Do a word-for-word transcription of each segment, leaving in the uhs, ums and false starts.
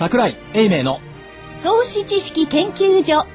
櫻井英明の投資知識研究所。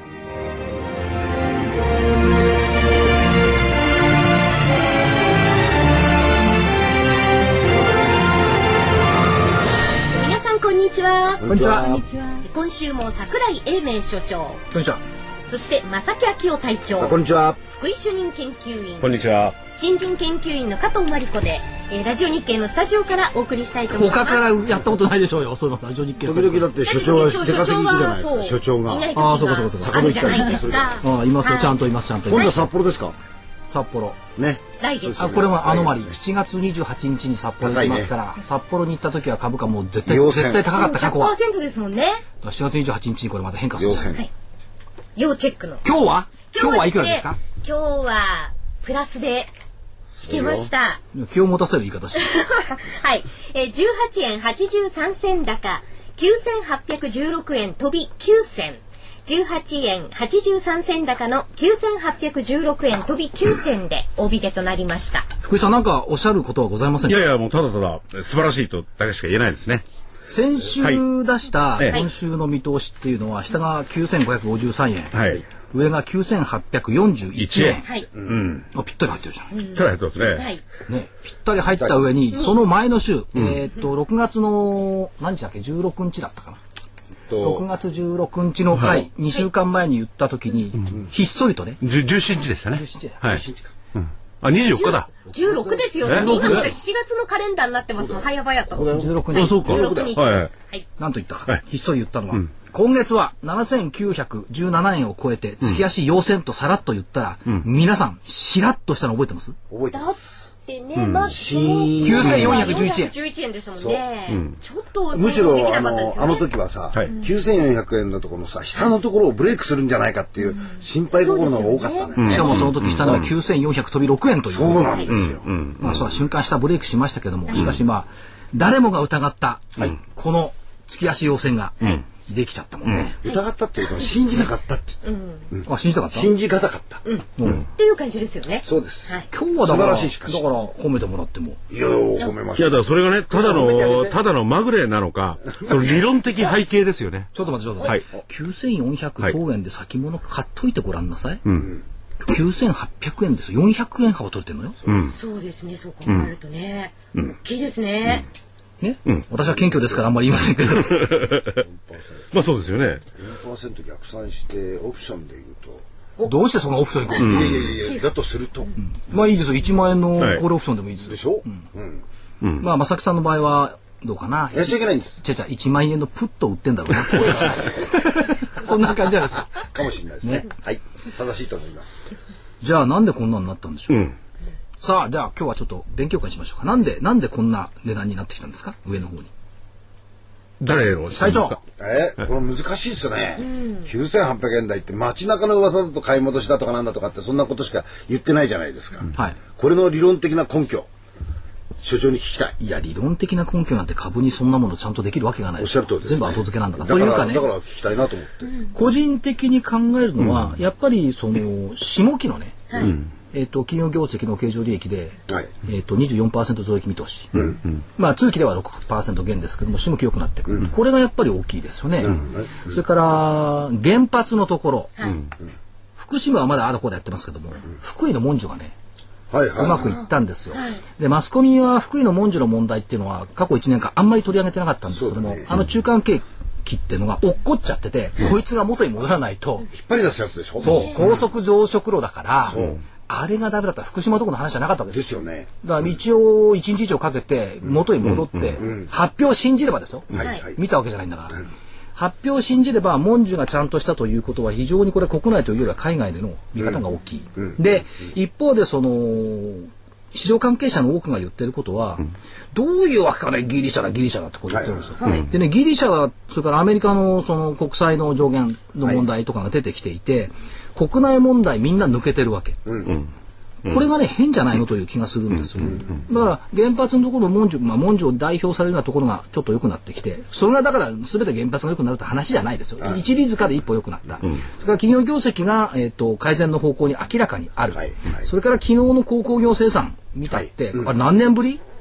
皆さんこんにちは。 こんにちは。 今週も櫻井英明所長、 こんにちは。 そして正木明夫隊長、 こんにちは。 福井主任研究員、 こんにちは。 新人研究員の加藤真理子で、えー、ラジオ日経のスタジオからお送りしたいと思います。 他からやったことないでしょうよ、そのラジオ日経。 時々だって所長は出稼ぎ行くじゃないですか。所長が。 ああ、そうかそうかそうか。 あるじゃないですか。 ああ、いますよ、ちゃんといます、ちゃんといます。 今度は札幌ですか。 札幌。 ね。 来月。 あ、これもアノマリ。しちがつにじゅうはちにちに札幌行きますから、札幌に行った時は株価もう絶対絶対高かった過去は。 ひゃくパーセントですもんね。 しちがつにじゅうはちにちにこれまた変化する。 要チェックの。 今日は？今日はいくらですか？ 今日はプラスで引けました。 気を持たせる言い方して。 はい、えー、じゅうはちえんはちじゅうさんせん高、きゅうせんはっぴゃくじゅうろくえん飛びきゅうせん。じゅうはちえんはちじゅうさんせん高のきゅうせんはっぴゃくじゅうろくえん飛びきゅうせんで大引けとなりました。 福井さん、なんかおっしゃることはございませんか？ いやいや、もうただただ素晴らしいとだけしか言えないですね。 先週出したはい今週の見通しっていうのは、下がきゅうせんごひゃくごじゅうさんえん、 はい。 上がきゅうせんはっぴゃくよんじゅういちえん。 はい。 うん。 あ、ぴったり入ってるじゃん。 ぴったり入ってますね。 はい。 ね、ぴったり入った上に、その前の週、えっとろくがつの何日だっけ、じゅうろくにちだったかな。ろくがつじゅうろくにちの回、にしゅうかんまえに言った時に、ひっそりとね、 じゅじゅうしちにちでしたね。 じゅうしちにちはい。あ、にじゅうよっかだ。 じゅうろくですよ。 え今ですしちがつのカレンダーになってますもん。早々と。 じゅうろくにち。 あ、そうか。 じゅうろくにちです。 はい。 はい。 なんと言ったか、 はいひっそり言ったのは、今月はななせんきゅうひゃくじゅうななえんを超えて月足陽線とさらっと言ったら、皆さんしらっとしたの覚えてます？ 覚えてだっます。 てね、まずしーんきゅうせんよんひゃくじゅういちえん。 じゅういちえんでしたもんね。ちょっとむしろできあなかったですよね。 のあの時はさ、 はいきゅうせんよんひゃくえんのところのさ下のところをブレイクするんじゃないかっていう心配心の方が多かったんだよね。 しかもその時下のがきゅうせんよんひゃく飛びろくえんという。 そうなんですよ。 まあそれは瞬間下ブレイクしましたけども、しかしまあ誰もが疑った、この月足陽線ができちゃったもんね。 疑ったっていうか信じなかったって言って、 あ、信じたかった？ 信じがたかった。 っていう感じですよね。 そうです。 はい今日はだから、 素晴らしいしかしだから褒めてもらっても。 いや褒めましいや、 た。 だからそれがね、ただの、ただのまぐれなのか、その理論的背景ですよね。 ちょっと待ってちょっと待って。 はいきゅうせんよんひゃく等円で先物買っといてごらんなさい。きゅうせんはっぴゃくえんですよ。よんひゃくえん幅取れてるのよ。 そうですね。そう考えるとね、大きいですね。 ね、私は謙虚ですからあんまり言いませんけど。 まあそうですよね。 よんパーセント 逆算してオプションで言うと、 どうしてそのオプション行くの？ いやいやいやだとすると、 まあいいですよ。いちまんえんのコールオプションでもいいですよ。 でしょ？うん。 まあ正木さんの場合はどうかな。 やっちゃいけないんです。 ちゃちゃいちまんえんのプット売ってんだろうな。そんな感じじゃないですか。 かもしれないですね。はい。正しいと思います。 じゃあなんでこんなになったんでしょう。さあ、じゃあ今日はちょっと勉強会しましょうか。なんでなんでこんな値段になってきたんですか、上の方に。 誰の質問ですか？ えこれ難しいっすね。きゅうせんはっぴゃくえん台って街中の噂だと買い戻しだとかなんだとかってそんなことしか言ってないじゃないですか。 はい。 これの理論的な根拠、所長に聞きたい。 いや、理論的な根拠なんて株にそんなものちゃんとできるわけがない。 おっしゃる通りですね。 全部後付けなんだから。 だからというかね、 だから聞きたいなと思って。 個人的に考えるのは、やっぱりその下期のね、えっと企業業績の経常利益で、 はい。 えっと にじゅうよんパーセント 増益見通し。まあ通期では ろくパーセント 減ですけども、下期良くなってくる。これがやっぱり大きいですよね。それから原発のところ、福島はまだあだこうだやってますけども、福井の文書がね、 はいはい。 うまくいったんですよ。で、マスコミは福井の文書の問題っていうのは過去いちねんかんあんまり取り上げてなかったんですけども、 そうだねあの中間景気っていうのが落っこっちゃってて、こいつが元に戻らないと、 引っ張り出すやつでしょ。 そう、高速増殖路だから、あれがダメだったら福島どころの話じゃなかったわけで。 ですすよね。 だから道をいちにち以上かけて元に戻って発表を信じればですよ、 はいはい。 見たわけじゃないんだから、発表を信じれば文殊がちゃんとしたということは非常にこれ国内というよりは海外での見方が大きい、で一方でその市場関係者の多くが言ってることは、どういうわけかね、ギリシャだギリシャだってこう言ってるんですよ、でね、ギリシャはそれからアメリカのその国債の上限の問題とかが出てきていて、国内問題みんな抜けてるわけ、これがね変じゃないのという気がするんですよ、だから原発のところ文書、まあ、文書を代表されるようなところがちょっと良くなってきて、それがだから全て原発が良くなるって話じゃないですよ、一律化で一歩良くなった、それから企業業績が、えー、と改善の方向に明らかにある、 はいはいそれから昨日の鉱工業生産見たって、あれ何年ぶり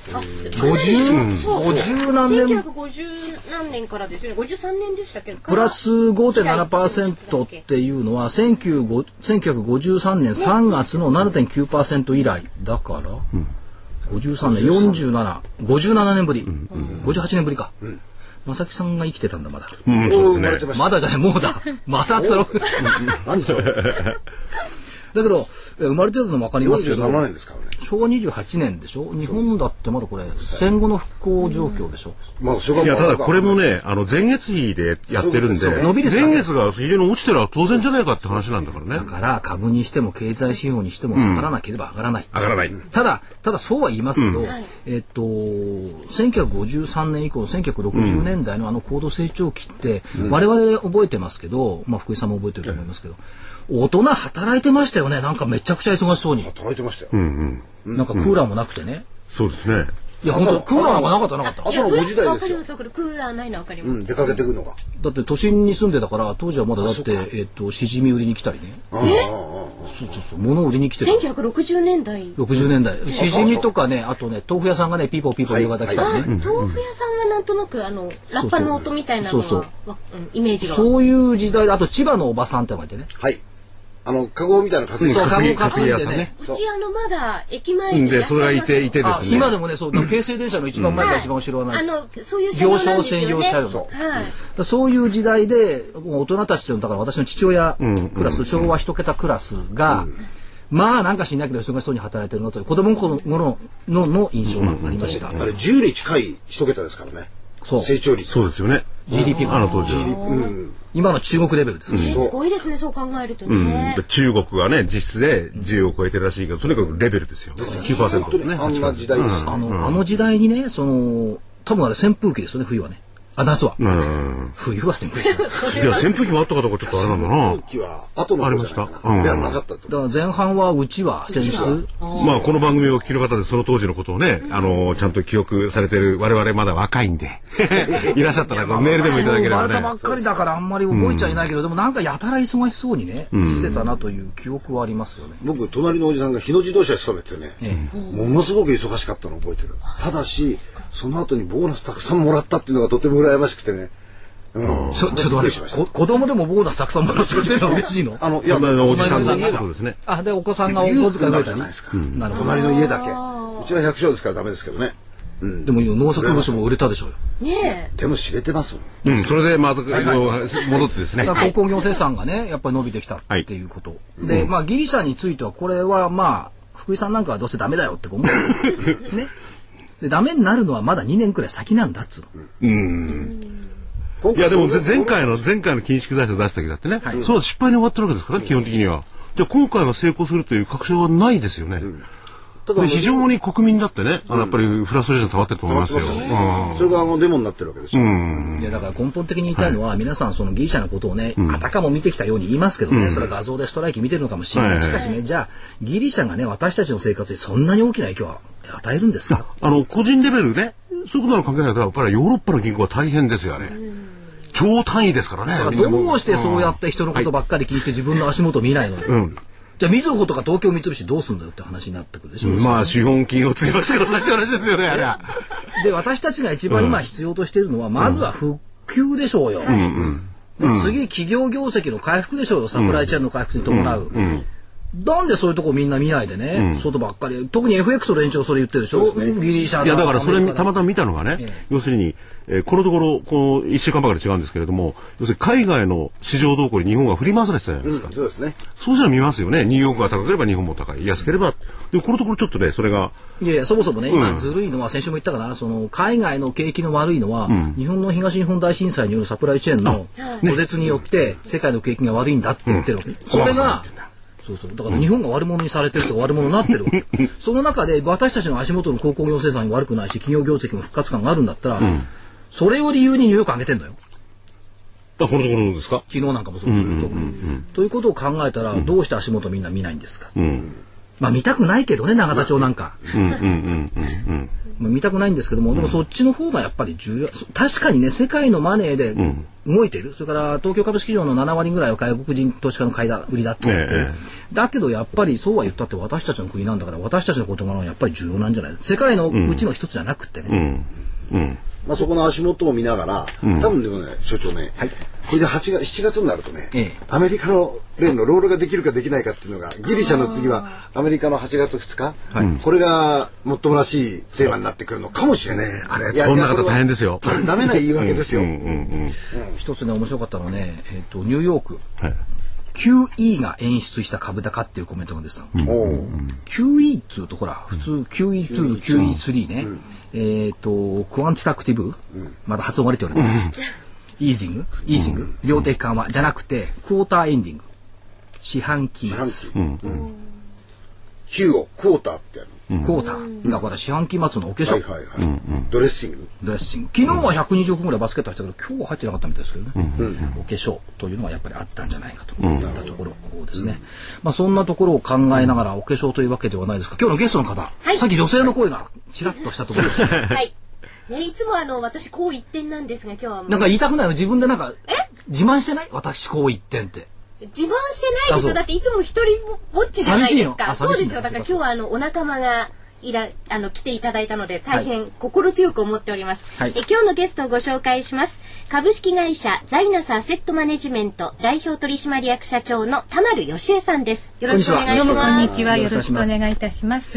ごじゅう、ごじゅう何年。 せんきゅうひゃくごじゅう何年からですよね。ごじゅうさんねんでしたっけ。 プラス ごてんななパーセント っていうのはせんきゅうひゃくごじゅうさんねんさんがつの ななてんきゅうパーセント 以来だから、うん、ごじゅうさんねんよんじゅうなな、ごじゅうななねんぶり、うん、ごじゅうはちねんぶりか。うん、正木さんが生きてたんだまだ。 うん、そうですね。 まだじゃないもうだ。またつろ。 何それ。 だけど生まれてたのも分かりますけど、 よんじゅうななねんですからね。 しょうわにじゅうはちねんでしょ。日本だってまだこれ戦後の復興状況でしょ。 まだいやただこれもねあの前月比でやってるんで、 伸びですかね、 前月が非常に落ちてるのは当然じゃないかって話なんだからね。 だから株にしても経済指標にしても下がらなければ上がらない。 うん、上がらない。 ただただそうは言いますけど、うん、えっとせんきゅうひゃくごじゅうさんねん以降のせんきゅうひゃくろくじゅうねんだいのあの高度成長期って、うん、我々覚えてますけど、まあ福井さんも覚えてると思いますけど。大人働いてましたよね。なんかめちゃくちゃ忙しそうに。 働いてましたよ。 うんうん、なんかクーラーもなくてね。うん、 そうですね。 いや本当クーラーなんかなかったなかった。 朝のごじ台ですよ。 クーラーないの分かります。 うん、出かけてくるのが。 だって都心に住んでたから当時はまだだってえっとしじみ売りに来たりね。 ああそうそうそう物売りに来てた。 せんきゅうひゃくろくじゅうねんだい。 ろくじゅうねんだい。しじみとかねあとね豆腐屋さんがねピーポーピーポー夕方来たりね。 豆腐屋さんはなんとなくあのラッパの音みたいなのがイメージが。 そういう時代であと千葉のおばさんってのがいてね。 はい。あのカゴみたいな担ぎ担ぎ屋さんね。 うちあのまだ駅前にでそれがいていてですね。 今でもねそう京成電車の一番前か一番後ろはない。 あのそういう車両なんですよね。 業商専用車両。はい。そういう時代で大人たちっていうのだから私の父親クラス昭和一桁クラスがまあなんか知んないけど忙しそうに働いてるのという子供の頃のの印象がありました。 あれじゅうに近い一桁ですからね。 そう成長率。 そうですよね。 ジーディーピーあの当時。 今の中国レベルですね。 すごいですねそう考えるとね。 中国はね実質でじゅうを超えてるらしいけどとにかくレベルですよ。きゅうパーセント ですね。 あんな時代です。 あのあの時代にねその多分あれ扇風機ですよね冬はね。あ夏は。冬は扇風機。 いや扇風機もあったかどうかちょっとあれなんだな。 扇風機は後のありました。 いやなかったと。 だから前半はうちは扇子。 まあこの番組を聞きの方でその当時のことをねあのちゃんと記憶されてる我々まだ若いんでいらっしゃったらメールでもいただければね。 生まれたばっかりだからあんまり覚えちゃいないけどでもなんかやたら忙しそうにねしてたなという記憶はありますよね。 僕隣のおじさんが日野自動車に勤めてねものすごく忙しかったのを覚えてる。ただしその後にボーナスたくさんもらったっていうのがとても羨ましくてね。 ちょっと待って、子供でもボーナスたくさんもらってくれるの嬉しいの？ あのいやおじさんの家がそうですね。 あでお子さんがお小遣い増えたり。 なるほど。隣の家だけ。うちは百姓ですからダメですけどね。 でも農作物も売れたでしょうよ。 ねえ。でも知れてますもん。うんそれでまた戻ってですね。 鉱工業生産がねやっぱり伸びてきたっていうこと。でまあギリシャについてはこれはまあ福井さんなんかはどうせダメだよって思うね。でダメになるのはまだにねんくらい先なんだっつうの。 うん。いやでも前回の前回の緊縮財政を出した時だってね、はい、それは失敗に終わってるわけですからね基本的には。じゃあ今回が成功するという確証はないですよね。うんただ非常に国民だってね、あのやっぱりフラストレーション溜まってると思いますよ。 それがあのデモになってるわけですよ。 いやだから根本的に言いたいのは、皆さんそのギリシャのことをね、あたかも見てきたように言いますけどね、それは画像でストライキ見てるのかもしれない。しかしね、じゃあギリシャがね私たちの生活にそんなに大きな影響を与えるんですか？ あの個人レベルね、そういうことなの関係ないからやっぱりヨーロッパの銀行は大変ですよね。超単位ですからね。 どうしてそうやって人のことばっかり気にして自分の足元見ないのに。じゃあみずほとか東京三菱どうすんだよって話になってくるでしょ。 まあ資本金をつぎましてくださいって話ですよね。 で私たちが一番今必要としているのは、まずは復旧でしょうよ。で次企業業績の回復でしょうよ。サプライチェーンの回復に伴う。なんでそういうとこみんな見ないでね、うん、外ばっかり特に エフエックス の連中それ言ってるでしょ、ね、ギリシャだいやだからそれたまたま見たのがね、ええ、要するに、えー、このところこのいっしゅうかんばかり違うんですけれども要するに海外の市場動向に日本が振り回されてたじゃないですか、 うん、そうですね。 そうしたら見ますよね。ニューヨークが高ければ日本も高い安ければでもこのところちょっとねそれがいやいやそもそもね、うん、今ずるいのは先週も言ったかなその海外の景気の悪いのは、うん、日本の東日本大震災によるサプライチェーンの途絶によって世界の景気が悪いんだって言ってるわけ、うん、それがそうそうだから日本が悪者にされてるとか悪者になってるわけその中で私たちの足元の鉱工業生産に悪くないし企業業績も復活感があるんだったら、うん、それを理由にニューヨーク上げてんだよ。 あこのところですか。 昨日なんかもそうですよ、特にということを考えたら、うん、どうして足元みんな見ないんですか、うん、 まあ見たくないけどね、永田町なんか。 うんうんうんうんうん。 まあ見たくないんですけども、でもそっちの方がやっぱり重要。確かにね、世界のマネーで動いている。それから東京株式市場のななわりぐらいは外国人投資家の買いだ売りだって言って、ええ、だけどやっぱりそうは言ったって私たちの国なんだから、私たちのことがやっぱり重要なんじゃない。世界のうちの一つじゃなくてね。 うんうんうん、まあそこの足元を見ながら、うん、多分でもね所長ね、はい、これではちがつしちがつになるとね、ええ、アメリカの例のロールができるかできないかっていうのがギリシャの次はアメリカのはちがつふつか、はい、これがもっともらしいテーマになってくるのかもしれない。 あれこんな方大変ですよ。 ダメな言い訳ですよ。 一つね面白かったのはね、えー、とニューヨーク、はい、キューイー が演出した株高っていうコメントが出てたの。うん、キューイー っつうとほら普通 キューイーツー、キューイースリー ね、うん、えっ、ー、とクワンティタクティブ、うん、まだ発音悪いって言われてる、うん、イージングイージング、うん、量的緩和じゃなくてクォーターエンディング四半期末、うんうん、 キューをクォーターってやる、 うん、クォーターだから四半期末のお化粧、はいはいはいうんうん、ドレッシングドレッシング昨日はひゃくにじゅうおくぐらいバスケット入ってたけど今日は入ってなかったみたいですけどね、うんうん、お化粧というのはやっぱりあったんじゃないかといったところですね、うんまあ、そんなところを考えながらお化粧というわけではないですが今日のゲストの方、はい、さっき女性の声がちらっとしたところですはいね、いつもあの私こう一点なんですが今日はもうなんか言いたくないの自分でなんか自慢してない私こう一点って自慢してないですよ。だっていつも一人ぼっちじゃないですか。そうですよ。だから今日はあのお仲間がいらあの来ていただいたので大変心強く思っております。はい、え今日のゲストをご紹介します。株式会社ザイナスアセットマネジメント代表取締役社長の田丸義恵さんです。よろしくお願いします。 どうもこんにちは。よろしくお願いいたします。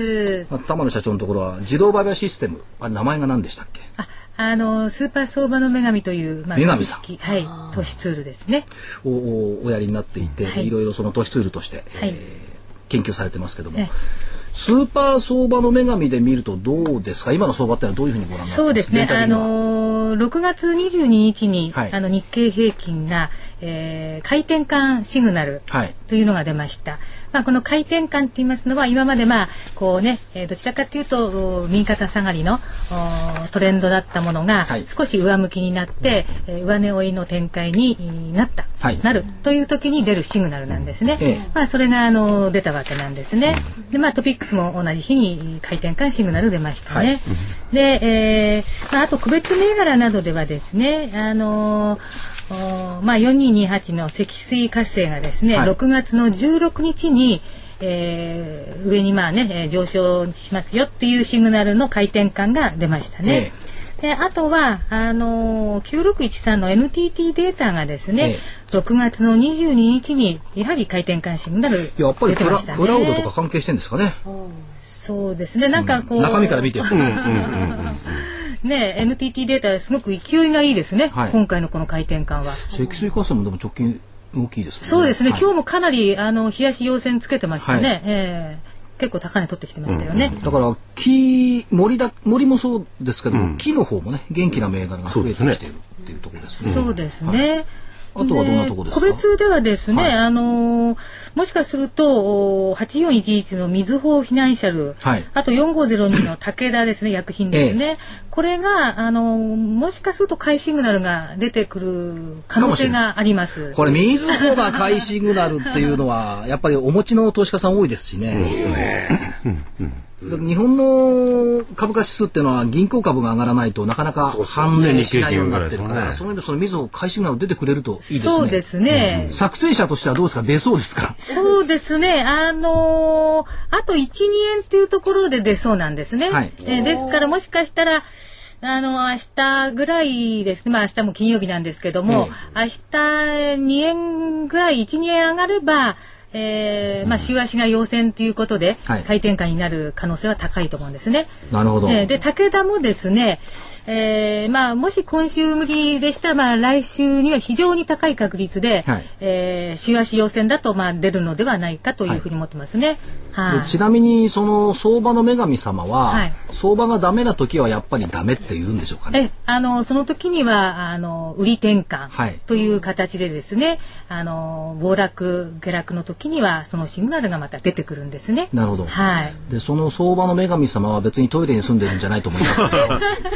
田丸社長のところは自動売買システム、あれ名前が何でしたっけ？ ああのスーパー相場の女神という、 まあ、女神さん、 はい、投資ツールですね。 を お, おやりになっていて、はい、いろいろその投資ツールとして、はいえー、研究されてますけども、はい、スーパー相場の女神で見るとどうですか？今の相場ってのはどういうふうにご覧になってますか？ そうですね。あのろくがつにじゅうににちに、はい、あの日経平均が、えー、回転換シグナルというのが出ました。はいまあ、この回転換といいますのは今までまあこうね、えー、どちらかというと右肩下がりのトレンドだったものが少し上向きになって、はい、上値追いの展開になった、はい、なるという時に出るシグナルなんですね、ええまあ、それがあの出たわけなんですね。で、まあ、トピックスも同じ日に回転換シグナル出ましたね、はいでえーまあ、あと個別銘柄などではですねあのーまあ、よんにーにーはちの積水化成がですね、はい、ろくがつのじゅうろくにちに、えー、上にまあね、えー、上昇しますよっていうシグナルの回転換が出ましたね、えー、であとはあのー、きゅうろくいちさんの エヌティーティー データがですね、えー、ろくがつのにじゅうににちにやはり回転換シグナル出てましたね。 やっぱりク ラ, クラウドとか関係してるんですかね。 そうですねなんかこう、 うん、中身から見てね、エヌティーティー データすごく勢いがいいですね、はい、今回のこの回転換は。 積水化成もでも直近大きいですね。 そうですね、はい、今日もかなりあの冷やし陽線つけてましたね、はいえー、結構高値取ってきてましたよね、うんうん、 だから木森だ森もそうですけど、うん、木の方もね元気な銘柄が増えてきているっていうところですね。 そうですね、はいあとはどんなところですか？ 個別ではですね、はい、あのー、もしかするとはちよんいちいちのみずほフィナンシャル、はい、あとよんごーぜろにの武田ですね薬品ですね、ええ、これが、あのー、もしかすると買いシグナルが出てくる可能性があります。 これみずほが買いシグナルっていうのはやっぱりお持ちの投資家さん多いですしね、うんうん日本の株価指数っていうのは銀行株が上がらないとなかなか反応しないようになってるから、そういう意味でそのみずほ買いシグナル出てくれるといいですね。 そうですね、 うん、作成者としてはどうですか？出そうですか？ そうですねあのー、あといちにえんっていうところで出そうなんですね、はいえー、ですからもしかしたらあの明日ぐらいですね、まあ明日も金曜日なんですけども、うん、明日にえんぐらいいちにえん上がればえーまあ、週足が陽線ということで、はい、回転換になる可能性は高いと思うんですね。 なるほど。 えー、で武田もですね、えーまあ、もし今週無理でしたら、まあ、来週には非常に高い確率で、はいえー、週足陽線だと、まあ、出るのではないかというふうに思ってますね。 はいはい、ちなみにその相場の女神様は、はい、相場がダメな時はやっぱりダメって言うんでしょうかね。 えあのその時にはあの売り転換という形でですね、はい、あの暴落下落の時にはそのシグナルがまた出てくるんですね。 なるほど、 はい、 でその相場の女神様は別にトイレに住んでるんじゃないと思いますけど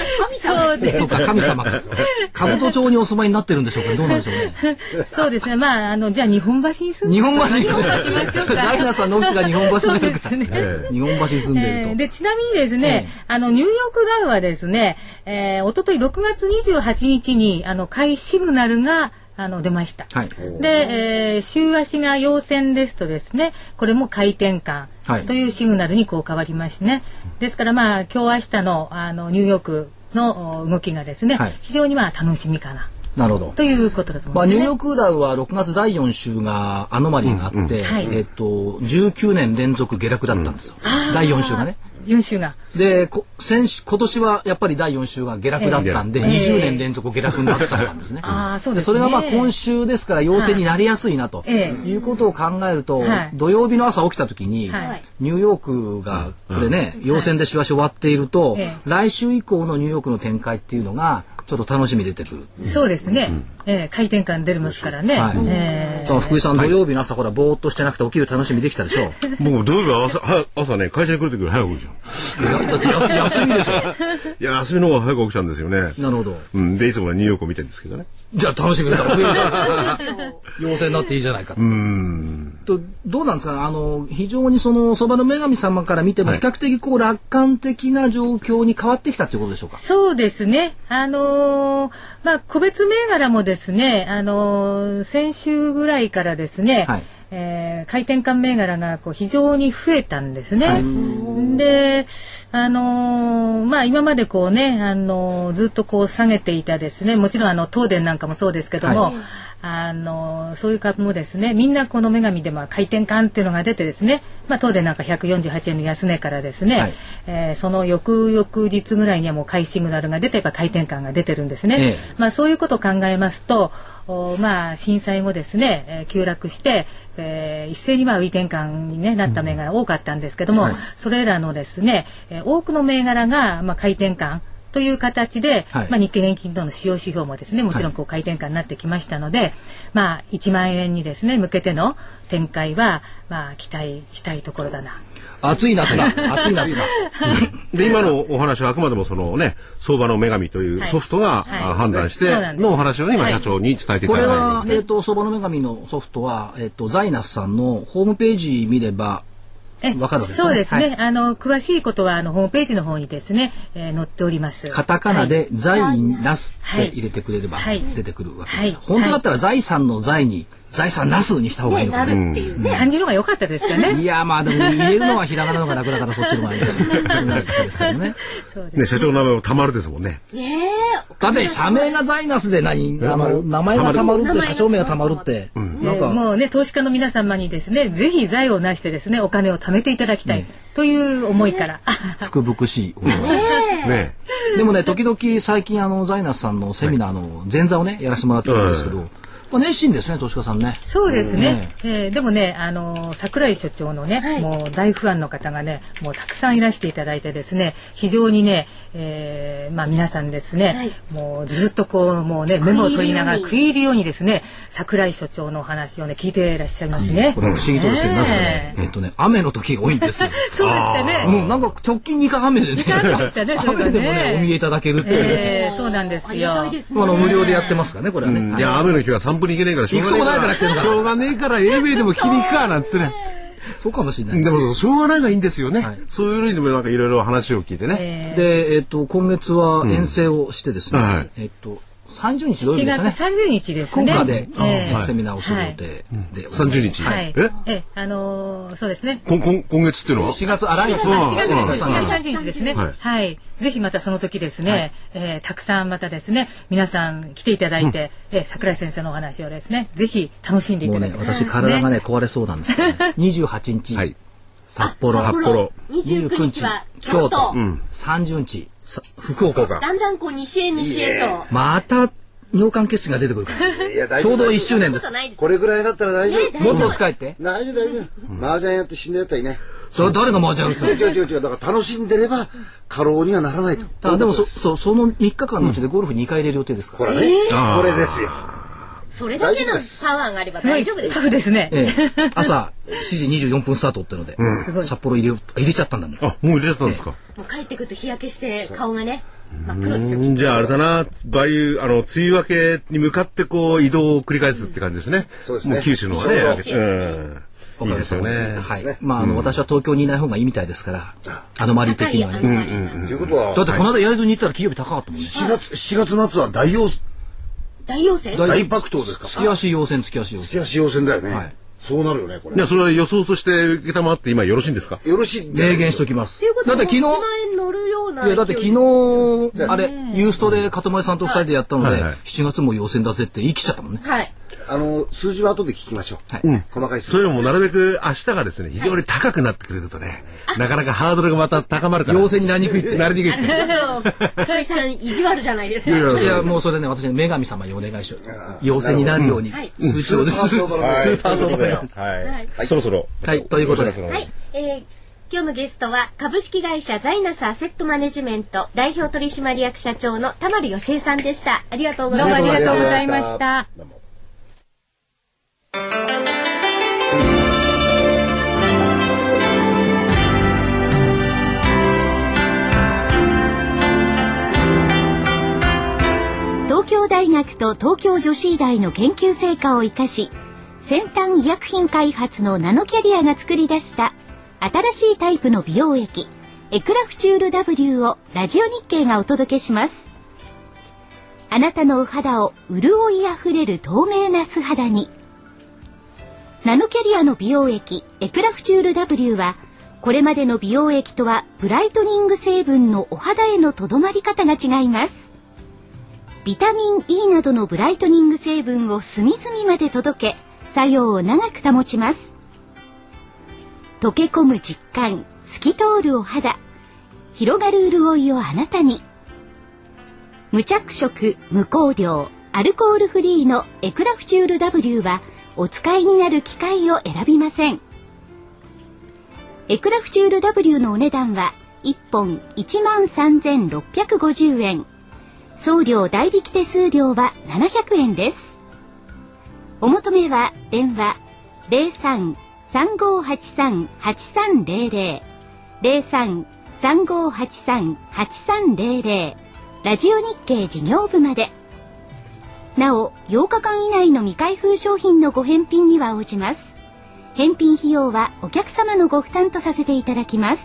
そうです。 そうか、神様か。兜町にお住まいになってるんでしょうか。どうなんでしょうね。 そうですね。まあ、あの、じゃあ日本橋に住んで。 日本橋に住んでましょうか。 ダイナさんのオフィスが日本橋にいるから。 ね、 日本橋に住んでいると。 で、ちなみにですね、えー、あの、ニューヨークダウはですね、えー、おとといろくがつにじゅうはちにちに、あの、買いシグナルが、あの出ました。はい、で、えー、週足が陽線ですとですね、これも回転換というシグナルにこう変わりますね。ですからまあ今日明日のあのニューヨークの動きがですね、はい、非常にまあ楽しみかな。 なるほど。 ということだと思います、ね。 まあニューヨークダウはろくがつだいよん週がアノマリーがあって、うんうんはい、えっとじゅうきゅうねん連続下落だったんですよ。うん、だいよん週がね。 よん週が。 で、こ先今年はやっぱりだいよん週が下落だったんで、えー、にじゅうねん連続下落になっちゃったんですね。 ああ、そうですね。 それがまあ今週ですから陽性になりやすいなと、はい、いうことを考えると、はい、土曜日の朝起きた時に、はい、ニューヨークがこれね、陽線で週足終わっていると、はい、来週以降のニューヨークの展開っていうのが、ちょっと楽しみ出てくる。 そうですね。うんえー、回転感出ますからね。はいえー、福井さん、土曜日の朝、ほら、ぼーっとしてなくて起きる楽しみできたでしょう。もう土曜日は朝、は朝ね、会社に来るときより早く起きちゃう。 だって休みでしょ。 いや、休みの方が早く起きちゃうんですよね。 なるほど。 うん、で、いつもニューヨークを見てるんですけどね。 じゃあ楽しみだ。陽性になっていいじゃないか。うんとどうなんですか、あの非常にその相場の女神様から見ても比較的こう楽観的な状況に変わってきたということでしょうか。 そうですね。あのー、まあ個別銘柄もですね、あのー、先週ぐらいからですね、はいえー、回転換銘柄がこう非常に増えたんですね。はい、で、あのー、まあ今までこうね、あのー、ずっとこう下げていたですね、もちろんあの東電なんかもそうですけども。はいあのそういう株もですねみんなこの女神でまあ回転換っていうのが出てですね、まあ、東電なんかひゃくよんじゅうはちえんの安値からですね、はいえー、その翌々日ぐらいにはもう買いシグナルが出てば回転換が出てるんですね、ええまあ、そういうことを考えますとおまあ震災後ですね、えー、急落して、えー、一斉にまあ売り転換に、ね、なった銘柄多かったんですけども、うんはい、それらのですね、えー、多くの銘柄がまあ回転換という形で、はいまあ、日経平均との使用指標もですねもちろんこう回転換になってきましたので、はいまあ、いちまんえんにですね向けての展開は、まあ、期待したいところだな。 暑い夏だ暑い夏だで今のお話はあくまでもそのね相場の女神というソフトが、はいはい、判断してのお話を今社長に伝えていただいて、 これは、えー、と相場の女神のソフトは、えー、とザイナスさんのホームページ見ればわかるわけですね。 そうですね、はい、あの詳しいことはあのホームページの方にですね、えー、載っております。 カタカナでザイナスって入れてくれれば出てくるわけです、はいはい、本当だったら財産の財に財産なすにした方がいいのかな、 ね、っていうね、漢字の方が良かったですかね。 いやまあでも入れるのはひらがなの方が楽だからそっちの方がいいですけどね。 そうですね、社長の名前もたまるですもんね。 ねえ。 だって社名がザイナスで何あの名前がたまるって社長名がたまるって、うん、 なんかもうね投資家の皆様にですねぜひ財を成してですねお金を貯めていただきたい、ね、という思いから。 福々しい思い。ねでもね時々最近あのザイナスさんのセミナーの前座をねやらせてもらってるんですけど。熱心ですね、投資家さんね。 そうですね。えー、でもね、あのー、櫻井所長のね、はい、もう大ファンの方がね、もうたくさんいらしていただいてですね、非常にね、えー、まあ皆さんですね、はい、もうずっとこう、もうね、メモを取りながら食い入るようにですね、櫻井所長のお話をね、聞いていらっしゃいますね。 これ不思議とですね、なぜかね、えっとね、雨の時が多いんですよ。 そうでしたね。 もうなんか直近にか雨でね、 にか雨でしたね、それがね。 雨でもね、お見えいただけるっていう。 えー、そうなんですよ。あの、無料でやってますからね、これはね。 いや、雨の日は散歩に行けないからしょうがない。しょうがねえから英米でも聞きに行くかなんつってね。 そうかもしれない。 でもしょうがないがいいんですよね。はい、そういうのにもなんかいろいろ話を聞いてね。 えー、で、えっと今月は遠征をしてですね。うんはい、えっとさんじゅうにち土曜日ですね。 しちがつさんじゅうにちですね。 福岡で、えー、セミナーをする予定で、 さんじゅうにち。 はい。え、え、あのー、そうですね。 こん今月っていうのはしちがつあ来月しちがつさんじゅうにちですね。はい。はい、ぜひまたその時ですね、はい、えー、たくさんまたですね皆さん来ていただいて、うん、えー、櫻井先生のお話をですねぜひ楽しんでいただきたいですね。 もうね私体がね壊れそうなんですけど、ね、にじゅうはちにち、はい、札幌札幌にじゅうくにちは京都、 うん、さんじゅうにち福岡だんだんこう西へ西へとまた尿管結石が出てくるからいやちょうどいっしゅうねんです。 これぐらいだったら大丈夫。 もっと使えって大丈夫大丈夫。麻雀やって死んだやつはいね。 それ誰が麻雀打つの？ 違う違う違う。だから楽しんでれば過労にはならないと。 あでもそそそのみっかかんのうちでゴルフにかい入れる予定ですから。 ほらね。これですよ。 それだけのパワーがあれば大丈夫です。 タフですね。 ええ、朝しちじにじゅうよんぷんスタートってので、うん、札幌入れ入れちゃったんだもん。 あもう入れちゃったんですか。 もう帰ってくると日焼けして顔がね。 まあ、来るんですよ。 じゃああれだな、梅雨、あの、梅雨明けに向かってこう移動を繰り返すって感じですね。 そうですね。 もう九州の方ね。うん。いいですよね。 はい。まあ、あの、私は東京にいない方がいいみたいですから、アノマリー的にはね。 ということは。 だってこの間焼津に行ったら金曜日高かったもんね。 しちがつ、しちがつ末は大陽、 大陽線大爆投ですか。 月足陽線、月足陽線。 月足陽線だよね。はい。そうなるよね、これ。 いや、それは予想として受けたまって今よろしいんですか？ よろしい。 明言しときます。 だって昨日いちまんえん乗るような。 いや、だって昨日、あれ、ユーストでかとまりさんと二人でやったので、しちがつも陽線だぜって言い切っちゃったもんね。 はい。 あの、数字は後で聞きましょう。はい。細かい数字。 そういうのもなるべく明日がですね、非常に高くなってくれるとね、なかなかハードルがまた高まるから。 陽線になりにくいって。 なりにくいって。 ちょっと、黒井さん意地悪じゃないですか。 いや、もうそれね、私女神様にお願いしよう。陽線になるように。数値をです。スーパーソードで。 はい。そろそろ。 はい、ということで。 はい。えー今日のゲストは株式会社ザイナスアセットマネジメント代表取締役社長の田丸義恵さんでした。ありがとうございました。 どうもありがとうございました。 東京大学と東京女子医大の研究成果を生かし、先端医薬品開発のナノキャリアが作り出した新しいタイプの美容液エクラフチュール ダブリュー をラジオ日経がお届けします。あなたのお肌を潤いあふれる透明な素肌に。ナノキャリアの美容液エクラフチュール ダブリュー はこれまでの美容液とはブライトニング成分のお肌へのとどまり方が違います。ビタミン E などのブライトニング成分を隅々まで届け作用を長く保ちます。溶け込む実感、透き通るお肌、広がる潤いをあなたに。無着色、無香料、アルコールフリーのエクラフチュール ダブリュー はお使いになる機会を選びません。エクラフチュール ダブリュー のお値段はいっぽん いちまんさんぜんろっぴゃくごじゅうえん。送料代引き手数料はななひゃくえんです。お求めは電話 ゼロさん さんごはちさん はちさんゼロゼロ ゼロさん さんごはちさん はちさんゼロゼロ ラジオ日経事業部まで。なおようかかん以内の未開封商品のご返品には応じます。返品費用はお客様のご負担とさせていただきます。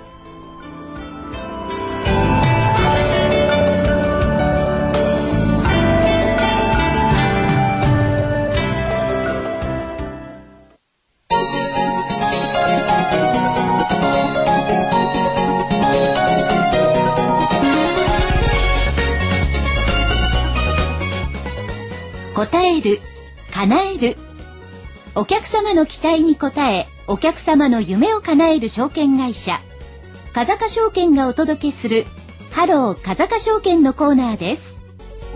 答える、叶える。お客様の期待に応え、お客様の夢を叶える証券会社風賀証券がお届けするハロー風賀証券のコーナーです。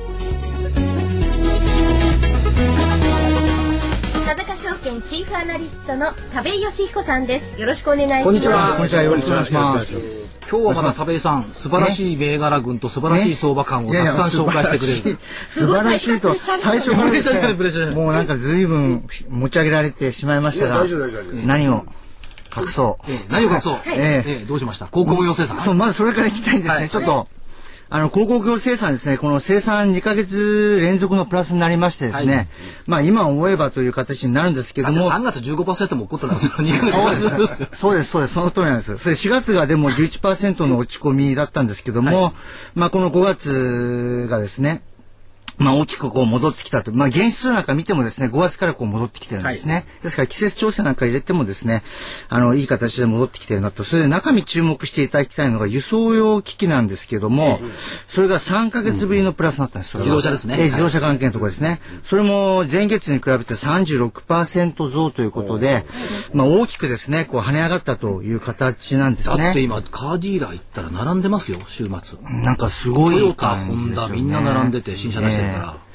風賀証券チーフアナリストの田部義彦さんです。よろしくお願いします。 こんにちは。 こんにちは。よろしくお願いします。 今日はまた田部井さん、素晴らしい銘柄群と素晴らしい相場感をたくさん紹介してくれる。 素晴らしいと最初からですね、もうなんか随分持ち上げられてしまいましたが、何を隠そう。 何を隠そう。ええ、どうしました。鉱工業生産。 そう、まずそれからいきたいんですね。ちょっと。あの、鉱工業生産ですね、この生産にかげつ連続のプラスになりましてですね、はい、まあ今思えばという形になるんですけども。 さんがつじゅうごパーセントも起こったんですよ、にかげつ。そうです、そうです、そうです、その通りなんです。それしがつがでも じゅういちパーセント の落ち込みだったんですけども、はい、まあこのごがつがですね、まあ大きくこう戻ってきたと。まあ現質なんか見てもですね、ごがつからこう戻ってきてるんですね。はい、ですから季節調整なんか入れてもですね、あの、いい形で戻ってきてるなと。それで中身注目していただきたいのが輸送用機器なんですけども、それがさんかげつぶりのプラスになったんです。 自動車ですね。 えー、自動車関係のところですね。それも前月に比べて さんじゅうろくパーセント 増ということで、まあ大きくですね、こう跳ね上がったという形なんですね。 だって今カーディーラー行ったら並んでますよ、週末。 なんかすごい。 トヨタ、ホンダみんな並んでて新車出してるから。えー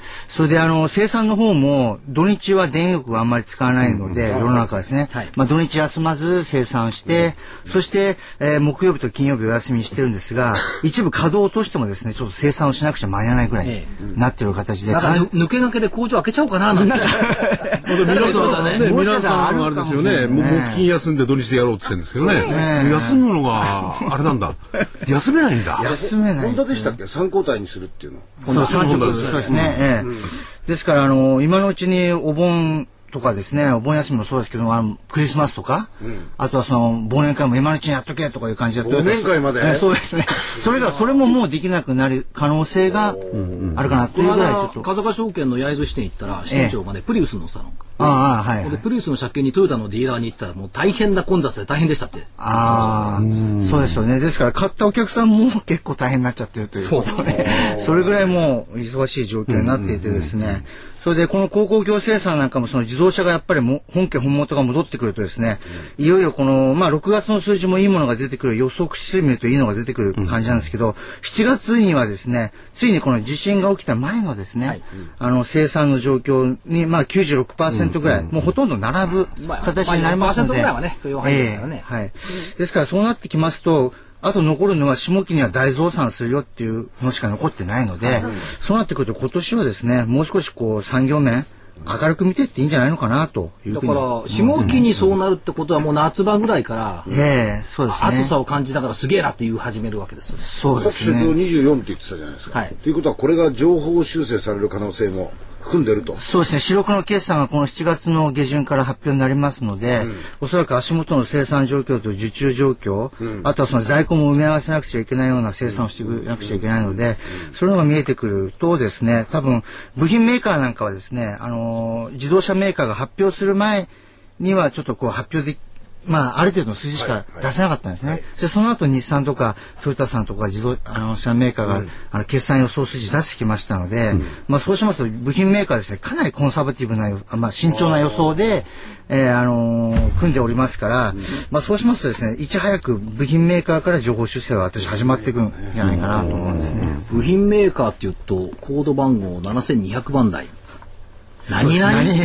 それであの生産の方も土日は電力があんまり使わないので、うん、世の中ですね、はい、まあ、土日休まず生産して、うん、そして、えー、木曜日と金曜日お休みしてるんですが、一部稼働としてもですねちょっと生産をしなくちゃ間に合わないぐらいになってる形で、 なんか抜け駆けで工場開けちゃおうかななんて皆さん、ね、皆さんあれですよね、もう木金休んで土日でやろうって言ってるんですけどね、休むのがあれなんだ休めないんだ。 休めない。 本当でしたっけ、三交代にするっていうの。 そう三交代ですそうですね。ええ、うん、ですからあの今のうちにお盆とかですね、お盆休みもそうですけど、あのクリスマスとか、うん、あとはその忘年会も今のうちにやっとけとかいう感じだと。 忘年会まで、 えー、そうですね。それがそれももうできなくなる可能性があるかなというぐらいちょっと。 風賀証券の焼津支店行ったら支店長がね、えー、プリウスのサロン。 ああ、はい、はい。 でプリウスの車検にトヨタのディーラーに行ったらもう大変な混雑で大変でしたって。 ああ、そうですよね。ですから買ったお客さんも結構大変になっちゃってるということで、それぐらいもう忙しい状況になっていてですね。それでこの鉱工業生産なんかもその自動車がやっぱりも本家本元が戻ってくるとですね、うん、いよいよこのまあろくがつの数字もいいものが出てくる、予測してみるといいのが出てくる感じなんですけど、うん、しちがつにはですねついにこの地震が起きた前のですね、はい、あの生産の状況にまあ きゅうじゅうろくパーセント ぐらい、うん、もうほとんど並ぶ形になりますので、ですからそうなってきますと、あと残るのは下期には大増産するよっていうのしか残ってないので、はい、そうなってくると今年はですねもう少しこう産業面明るく見ていっていいんじゃないのかなというふうに。 だから下期にそうなるってことはもう夏場ぐらいから、 ええ、そうですね、 暑さを感じながらすげえなっていう始めるわけですよね。 そうですね。 さっきにじゅうよんって言ってたじゃないですか。はい、ということはこれが情報修正される可能性も含んでると。 そうですね。四六の決算がこのしちがつの下旬から発表になりますので、うん、おそらく足元の生産状況と受注状況、うん、あとはその在庫も埋め合わせなくちゃいけないような生産をしていなくちゃいけないので、うん、そういうのが見えてくるとですね、多分部品メーカーなんかはですね、あのー、自動車メーカーが発表する前にはちょっとこう発表できまあ、ある程度の数字しか出せなかったんですね。はいはい、でその後日産とかトヨタさんとか自動あの車メーカーが、うん、あの決算予想数字出してきましたので、うん、まあ、そうしますと部品メーカーですねかなりコンサバティブな、まあ、慎重な予想で、えーあのー、組んでおりますから、うん、まあ、そうしますとですねいち早く部品メーカーから情報修正は私始まっていくんじゃないかなと思うんですね。 部品メーカーっていうとコード番号ななせんにひゃくばん台。何々 何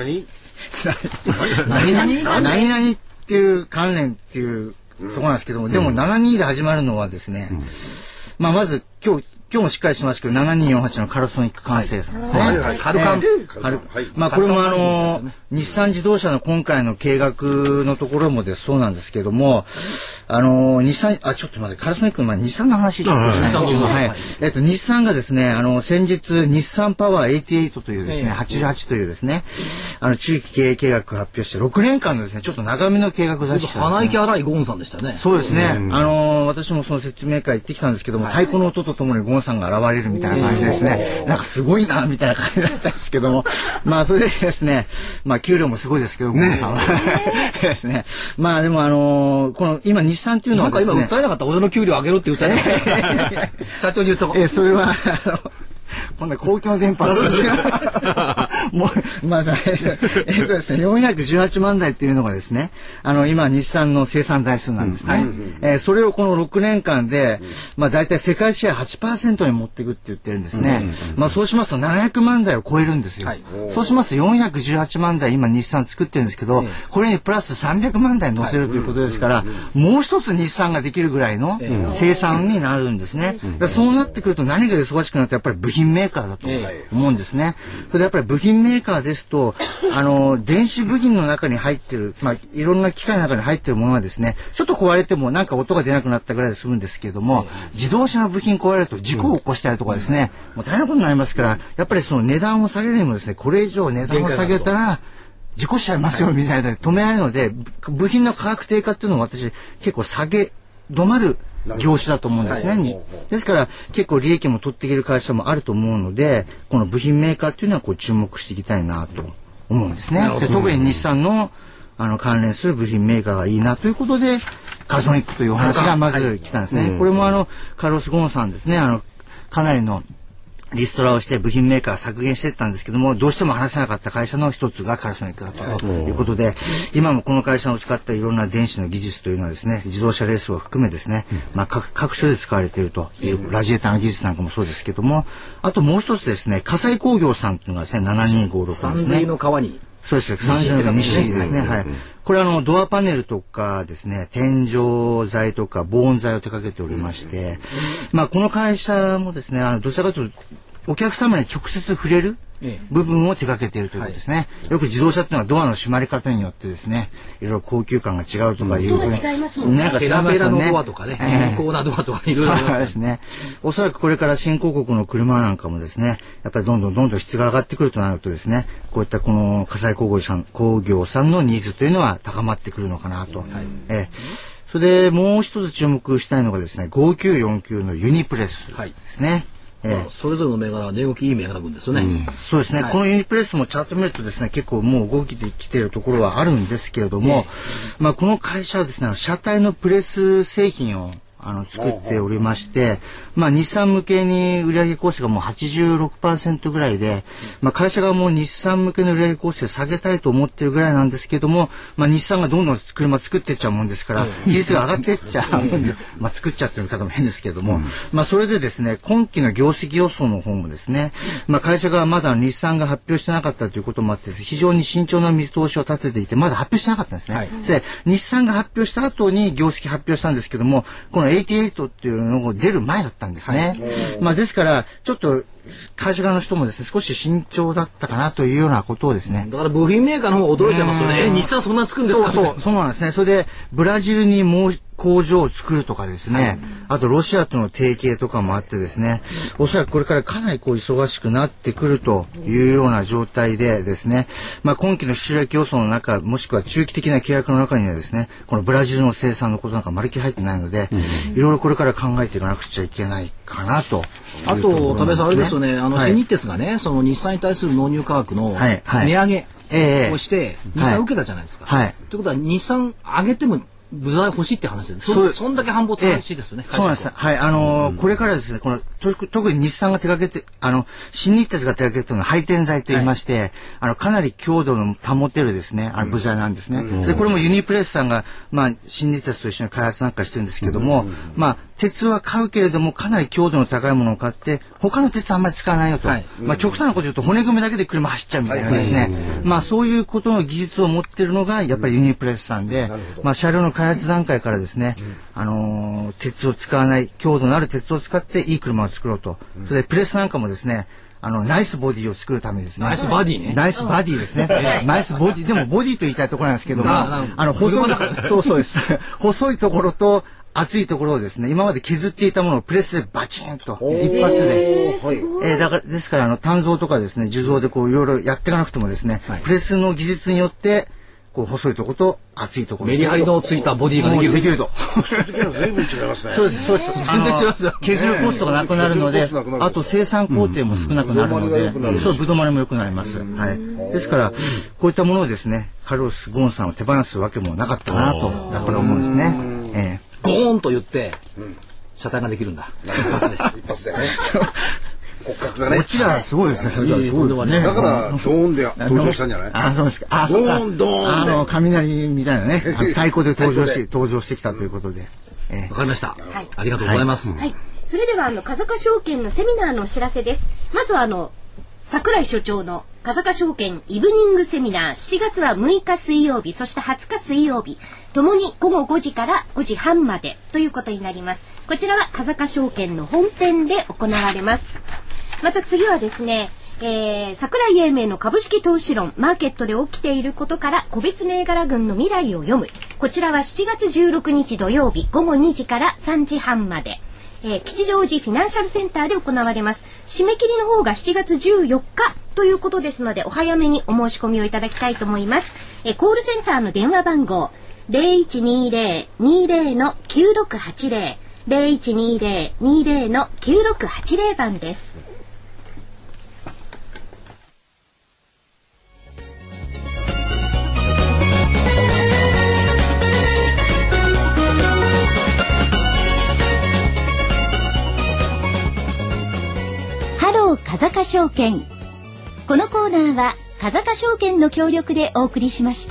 何何何何何っていう関連っていうところなんですけども、うん、でもななにで始まるのはですね、うん、まあまず今日今日もしっかりしますけどななにーよんはちのカルソニック管生産ですね。 はいはい、カルカン、えー、まあこれもあのー、日産自動車の今回の計画のところもでそうなんですけども、あのー、日産あちょっと待ってカルソニックの前に日産の話ちょっとしないんですけど、はい、えっと日産がですねあの先日日産パワーはちじゅうはちというですね、はちじゅうはちというですねあの中期経営計画を発表してろくねんかんのですねちょっと長めの計画を出してきた、ね。 鼻息荒いゴーンさんでしたね。 そうですね。あのー、私もその説明会行ってきたんですけども、太鼓の音とともにゴーンさんが現れるみたいな感じですね。なんかすごいなみたいな感じだったんですけども、まあそれでですね、まあ給料もすごいですけど、ゴーンさんはですね。まあでもあのー、この今日産っていうのはですね、 なんか今訴えなかった俺の給料上げろって言ったね。社長に言ったこえー、それはあのこんな公共の電波ですがもうまあさえっとですねよんひゃくじゅうはちまんだいっていうのがですねあの今日産の生産台数なんですね。うん、えー、それをこのろくねんかんで、うん、まあ大体世界シェア はちパーセント に持っていくって言ってるんですね。うん、まあそうしますとななひゃくまんだいを超えるんですよ。はい、そうしますとよんひゃくじゅうはちまんだい今日産作ってるんですけど、うん、これにプラスさんびゃくまんだい乗せるということですから、うん、もう一つ日産ができるぐらいの生産になるんですね。うん、そうなってくると何が忙しくなるとやっぱり部品メーカーだと思うんですね。それでやっぱり部品メーカーですとあの電子部品の中に入ってる、まあ、いろんな機械の中に入ってるものはですねちょっと壊れてもなんか音が出なくなったぐらいで済むんですけれども、自動車の部品壊れると事故を起こしたりとかですね、もう大変なことになりますから、やっぱりその値段を下げるにもですねこれ以上値段を下げたら事故しちゃいますよみたいな止められるので、部品の価格低下っていうのを私結構下げ止まる業種だと思うんですね。はい、ですから結構利益も取っていける会社もあると思うので、この部品メーカーっていうのはこう注目していきたいなと思うんですね。で特に日産のあの関連する部品メーカーがいいなということでカルソニックというお話がまず来たんですね。はい、これもあのカルロス・ゴーンさんですね、あのかなりのリストラをして部品メーカー削減していったんですけども、どうしても話せなかった会社の一つがカルソニックだったということで、今もこの会社を使ったいろんな電子の技術というのはですね、自動車レースを含めですね、まあ、各各所で使われているというラジエーターの技術なんかもそうですけども、あともう一つですね、葛西工業さんというのがですね、ななにごろくですね。 山水の川に。 そうです。山水の西ですね。はい。これはあのドアパネルとかですね、天井材とか防音材を手掛けておりまして、まあこの会社もですね、あのどちらかというとお客様に直接触れる部分を手掛けているということですね。はい、よく自動車っていうのはドアの閉まり方によってですね、いろいろ高級感が違うとかいう。 ドア違いますもんね。 なんかペラペラのドアとかね、高なドアとかいろいろ。 そうですね。おそらくこれから新興国の車なんかもですね、やっぱりどんどんどんどん質が上がってくるとなるとですね、こういったこの葛西工業さん、工業さんのニーズというのは高まってくるのかなと。はい、えー、それでもう一つ注目したいのがですね、ごきゅうよんきゅうのユニプレスですね。はい、 ええ、それぞれの銘柄は値動きいい銘柄群ですよね、 うん、そうですね、はい、このユニプレスもチャート見るとですね、結構もう動きできているところはあるんですけれども、えーまあ、この会社はですね、車体のプレス製品をあの作っておりまして、まあ、日産向けに売上構成がもう はちじゅうろくパーセント ぐらいで、まあ、会社がもう日産向けの売上構成を下げたいと思っているぐらいなんですけども、まあ、日産がどんどん車作っていっちゃうもんですから、技術が上がっていっちゃう、まあ、作っちゃってる方も変ですけども、うん、まあ、それでですね、今期の業績予想の方もですね、まあ、会社がまだ日産が発表してなかったということもあって、非常に慎重な見通しを立てていて、まだ発表してなかったんですね。はい、で、日産が発表した後に業績発表したんですけども、このはちじゅうはちっていうのが出る前だったんですね。はい、まあですからちょっと会社側の人もですね、少し慎重だったかなというようなことをですね。 だから部品メーカーの方が驚いちゃいますよね。え、日産そんなに作るんですか。 そうそうそうなんですね。それでブラジルにもう工場を作るとかですね、はい、あとロシアとの提携とかもあってですね、おそらくこれからかなりこう忙しくなってくるというような状態でですね、まあ、今期の収益予想の中、もしくは中期的な契約の中にはですね、このブラジルの生産のことなんかまるっきり入ってないので、いろいろこれから考えていかなくちゃいけないかなと。 あと田部さんあれですよね、あの新日鉄がね、その日産に対する納入価格の値上げをして、日産受けたじゃないですか。はいはい、ということは日産上げても部材欲しいって話です。そ, そんだけ繁忙激しいですよね。 ええ、そうなんです。はい、あのーうん、これからですね、この特に日産が手掛けて、あの新日鉄が手掛けているのは配点材といいまして、はい、あのかなり強度の保てるですね、あの部材なんですね。うん、でこれもユニプレスさんがまあ新日鉄と一緒に開発なんかしてるんですけども、うん、まあ鉄は買うけれどもかなり強度の高いものを買って他の鉄はあんまり使わないよと、はい、まあ極端なこと言うと骨組みだけで車走っちゃうみたいなですね、はい、まあそういうことの技術を持っているのがやっぱりユニプレスさんで、まあ車両の開発段階からですね、うん、あのー、鉄を使わない強度のある鉄を使っていい車を作ろうと、うん、それでプレスなんかもですね、あのナイスボディを作るためですね。 ナイスバディね。 ナイスバディですね。はい、ナイスボディでもボディと言いたいところなんですけども、あの細いそうそうです細いところと厚いところをですね、今まで削っていたものをプレスでバチンと一発で、えー、だからですからあの単造とかですね、樹造でこういろいろやっていかなくてもですね、はい、プレスの技術によってこう細いところと厚いところメリハリのついたボディができる。 できると。 随分違いますね。 そうですそうです。 全然違いますよ。 削るコストがなくなるので、あと生産工程も少なくなるので、うん、そうぶどまりも良くなります。はい。ですからこういったものをですね、カルロス・ゴーンさんを手放すわけもなかったなとだから思うんですね。えー、ゴーンと言って、うん、車体ができるんだ。 一発で一発でね。骨格がね。 こちらすごいですね。 だからドーンで登場したんじゃない？ あ、そうですか。あ、 ドーンドーン。 あの雷みたいなね、太鼓で登場し登場してきたということで。 わかりました。ありがとうございます。 はい。それではあの風賀証券のセミナーのお知らせです。まずはあの櫻井所長の風賀証券イブニングセミナー、しちがつはむいか水曜日、そしてはつか水曜日、ともにごごごじからごじはんまでということになります。こちらは風賀証券の本店で行われます。また次はですね、えー、櫻井英明の株式投資論、マーケットで起きていることから個別銘柄群の未来を読む。こちらはしちがつじゅうろくにち土曜日ごごにじからさんじはんまで、えー、吉祥寺フィナンシャルセンターで行われます。締め切りの方がしちがつじゅうよっかということですので、お早めにお申し込みをいただきたいと思います。えー、コールセンターの電話番号 ゼロいちにゼロ にゼロ の きゅうろくはちゼロ ゼロいちにゼロ にゼロ の きゅうろくはちゼロ 番です。 証券。このコーナーは風賀証券の協力でお送りしました。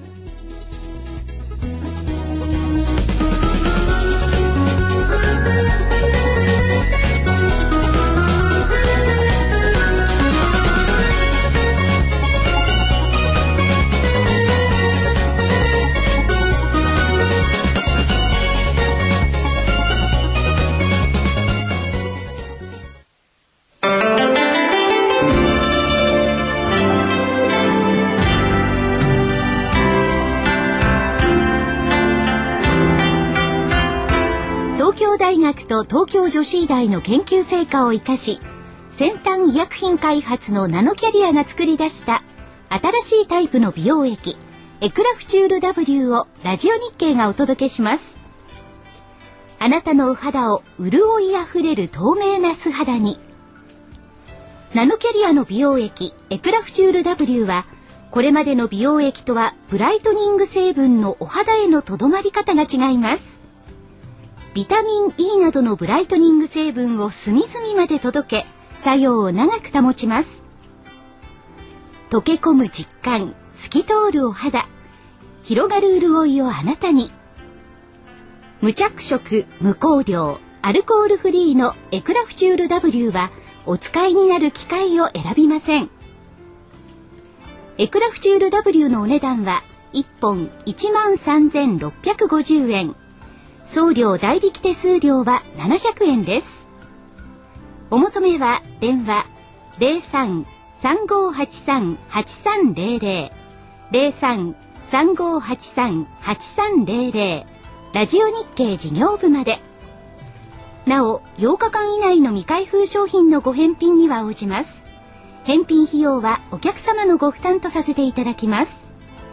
大学と東京女子医大の研究成果を生かし、先端医薬品開発のナノキャリアが作り出した新しいタイプの美容液エクラフチュール W をラジオ日経がお届けします。あなたのお肌を潤いあふれる透明な素肌に。ナノキャリアの美容液エクラフチュール W はこれまでの美容液とはブライトニング成分のお肌へのとどまり方が違います。ビタミン E などのブライトニング成分を隅々まで届け、作用を長く保ちます。溶け込む実感、透き通るお肌、広がる潤いをあなたに。無着色、無香料、アルコールフリーのエクラフチュール W はお使いになる機械を選びません。エクラフチュール W のお値段はいっぽん いちまんさんぜんろっぴゃくごじゅうえん。送料代引き手数料はななひゃくえんです。お求めは電話 ゼロさん さんごはちさん はちさんゼロゼロ ゼロさん さんごはちさん はちさんゼロゼロ ラジオ日経事業部まで。なおようかかん以内の未開封商品のご返品には応じます。返品費用はお客様のご負担とさせていただきます。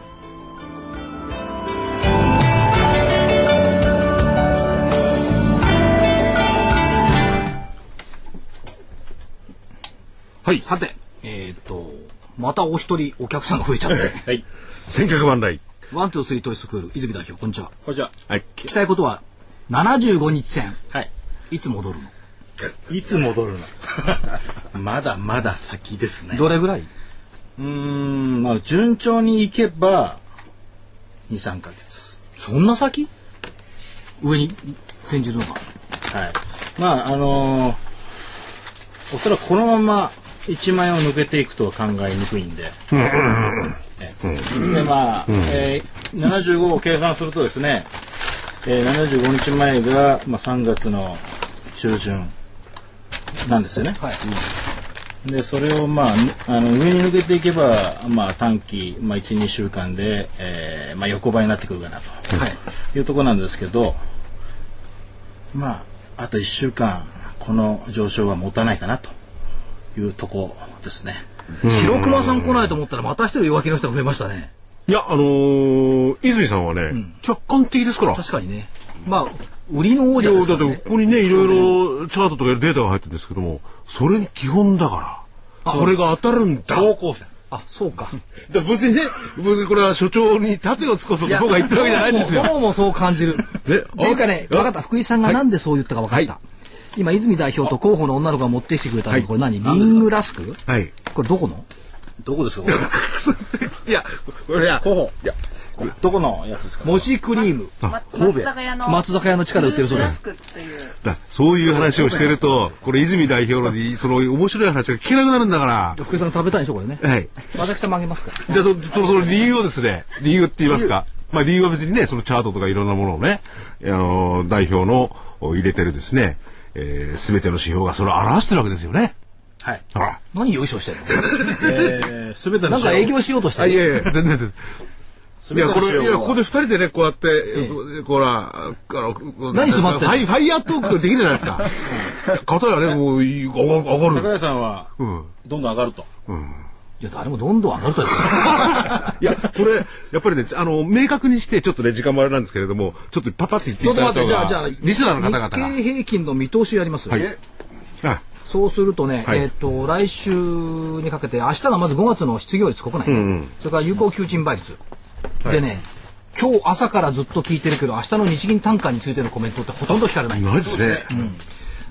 はい。さて、えっと、またお一人お客さんが増えちゃって。 はい。千客万来。 ワン、ツー、スリートイスクール、泉代表、こんにちは。 こんにちは。 はい。 聞きたいことは、ななじゅうごにち戦。 はい。 いつ戻るの？ いつ戻るのまだまだ先ですね。 どれぐらい？ うーん、まあ、順調にいけば、に、さんかげつ。 そんな先？上に転じるのが。 はい。まあ、あのー、おそらくこのまま、いちまんえんを抜けていくとは考えにくいんで、うん、でまあ、うんえー、ななじゅうごを計算するとですね、えー、ななじゅうごにちまえが、まあ、さんがつの中旬なんですよね、はいうん、でそれを、まあ、あの上に抜けていけば、まあ、短期、まあ、いち、にしゅうかんで、えーまあ、横ばいになってくるかなと、はい、いうところなんですけど、まあ、あといっしゅうかんこの上昇は持たないかなというとこですね。 白熊さん来ないと思ったらまた一人弱気の人が増えましたね。 いやあのー、泉さんはね、うん、客観的ですから。 確かにね。まあ売りの王者ですからね。 だってここにねいろいろチャートとかデータが入ってるんですけども、それに基本だからこれが当たるんだ。 高校生。 あ、そうか。 だ別にね、これは所長に盾をつこうと僕が言ってるわけじゃないんですよ。 どうもそう感じる。ね、っていうかね、分かった。福井さんがなんでそう言ったか分かった。はい今泉代表と候補の女の子が持ってきてくれたの、はい、これ何リングラスクはいこれどこのどこですかこれいやこれや候補いやどこのやつですかもちクリーム松坂屋の松坂屋の地下で売ってるそうですだそういう話をしてるとこれ泉代表のその面白い話が聞けなくなるんだから福井さん食べたいでしょこれねはい私さんもあげますかじゃあその理由をですね理由って言いますかまあ理由は別にねそのチャートとかいろんなものをねあの代表の入れてるですねえー、全ての指標がそれを表してるわけですよね。 はい。 ほら。何よいしょしてるのえー、全ての指標。 なんか営業しようとしてる。 いやいや、全然全然。いや、これ、いや、ここで二人でね、こうやって、ええ、こら、あの、何詰まってるのファイヤートークできるじゃないですか。片やね、もう、上がる。 桜井さんは、うん、どんどん上がると。うんいや誰もどんどん上がるといういやこれやっぱりねあの明確にしてちょっとね時間もあれなんですけれどもちょっとパパって言っていただいた方がじゃあじゃあリスナーの方々が日経平均の見通しやります、はい、そうするとね、はい、えっ、ー、と来週にかけて明日がまずごがつの失業率国内、うんうん、それから有効求人倍率、はい、でね今日朝からずっと聞いてるけど明日の日銀短観についてのコメントってほとんど聞かれないないですね、 うん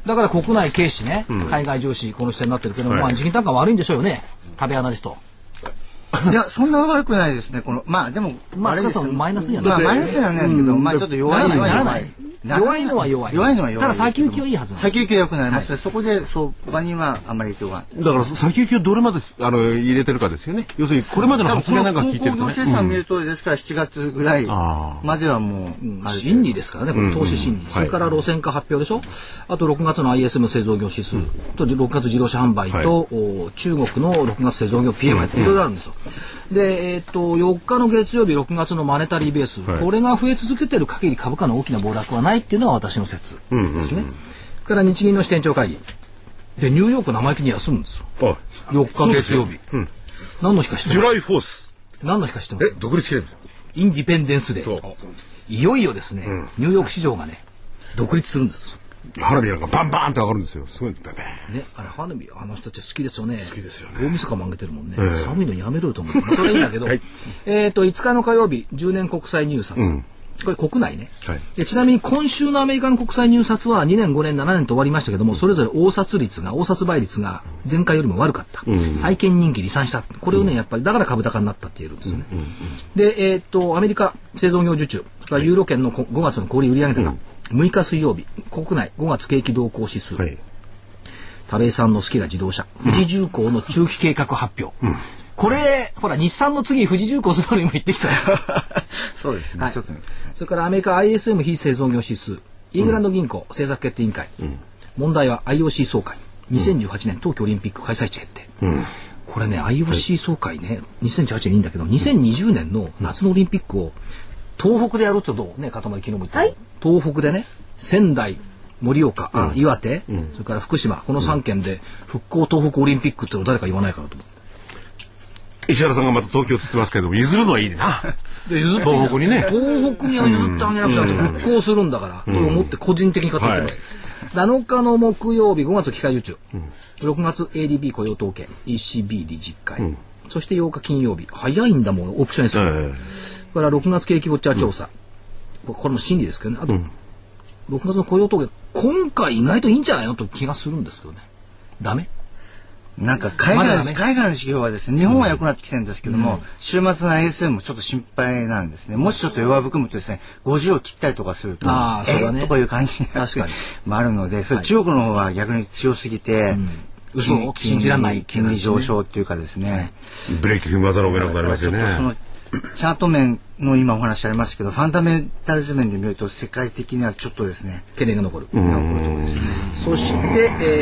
だから国内軽視ね、うん、海外上司この姿勢になってるけど、はい、まあ日銀単価悪いんでしょうよね、食べアナリスト。 いや、そんな悪くないですね。この、まあでも、 まあ、あれですよ、マイナスにはならない。まあ、マイナスにはならないですけど、まあちょっと弱いのはならない。弱いのは弱い。 弱いのは弱い。 ただ先行きはいいはず。 先行きは良くなります。そこで相場にはあんまり影響が。 だから先行きをどれまであの入れてるかですよね。要するにこれまでの発言なんか聞いてるとね。 鉱工業生産見るとですからしちがつぐらいまではもう心理ですからね。この投資心理。それから路線価発表でしょ。あとろくがつの アイエスエム 製造業指数とろくがつ自動車販売と中国のろくがつ製造業 ピーエムアイ っていろいろあるんですよ。で、えっとよっかの月曜日ろくがつのマネタリーベース、これが増え続けている限り株価の大きな暴落はないっていうのが私の説ですね。うんうんうん、から日銀の支店長会議でニューヨーク生意気に休むんですよ。よっか月曜日。うん、何の日か知ってます？ ジュライフォース。 何の日か知ってます？ え、独立記念日。 インディペンデンスデー。いよいよですね、うん、ニューヨーク市場がね独立するんです。 花火なんかバンバンって上がるんですよ。すごいね。 あれ花火あの人たち好きですよね。 好きですよね。 大晦日も上げてるもんね。えー、寒いのやめろと思う。まあ、それいいんだけど、はい、えっといつかの火曜日じゅうねん国債入札。うん、これ国内ね、はい、でちなみに今週のアメリカの国債入札はにねんごねんななねんと終わりましたけども、それぞれ応札率が応札倍率が前回よりも悪かった、うん、債券人気離散した、これをねやっぱりだから株高になったって言えるんですよね、うんうんうん、で、えー、っとアメリカ製造業受注、それからユーロ圏のごがつの小売売上高、うん、むいか水曜日国内ごがつ景気動向指数、はい、田部井さんの好きな自動車富士重工の中期計画発表、うん、これほら日産の次富士重工するのにも言ってきたよそうですね、はい、ちょっとそれからアメリカ アイエスエム 非製造業指数、イングランド銀行、うん、政策決定委員会、うん、問題は アイオーシー 総会にせんじゅうはちねん冬季オリンピック開催地決定、うん、これね アイオーシー 総会ねにせんじゅうはちねんいいんだけどにせんにじゅうねんの夏のオリンピックを東北でやるってどうね、塊昨日も言った、はい、東北でね仙台盛岡、うん、岩手、うん、それから福島このさん県で復興東北オリンピックってのを誰か言わないかなと思って。 石原さんがまた東京つってますけど譲るのはいいな。 で譲って東北にね。 東北には譲ってあげなくちゃって復興するんだから、うん、と思って個人的に語ってます。はい、なのかの木曜日ごがつ機械受注、うん、ろくがつ エーディービー 雇用統計 イーシービー 理事会、うん、そしてようか金曜日早いんだもんオプションですよ。それからろくがつ景気ウォッチャー調査、うん、これも真理ですけどね。あと、うん、ろくがつの雇用統計今回意外といいんじゃないのと気がするんですけどね。ダメ？ なんか海外の、ね、海外の指標はですね、日本は良くなってきてるんですけども、うん、週末の アイエスエム もちょっと心配なんですね。もしちょっと弱含むとですね、ごじゅうを切ったりとかすると、 あー、そうだね、 とかいう感じになってもあるので、それ中国の方は逆に強すぎて、うん、 嘘を信じられない金利上昇っていうかですね、 ブレーキ踏まざるを得なくなりますよね。 そのチャート面の今お話ありますけど、ファンダメンタルズ面で見ると世界的にはちょっとですね懸念が残る。 残るところですね。 そして、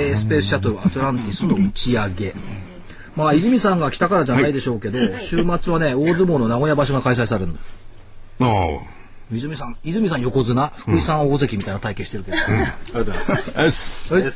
えー、スペースシャトルアトランティスの打ち上げ。まあ泉さんが来たからじゃないでしょうけど、はい、週末はね大相撲の名古屋場所が開催されるんだ。 ああ。 泉さん、泉さん横綱、福井さん大関みたいな体型してるけど。うん、ありがとうございます。はい、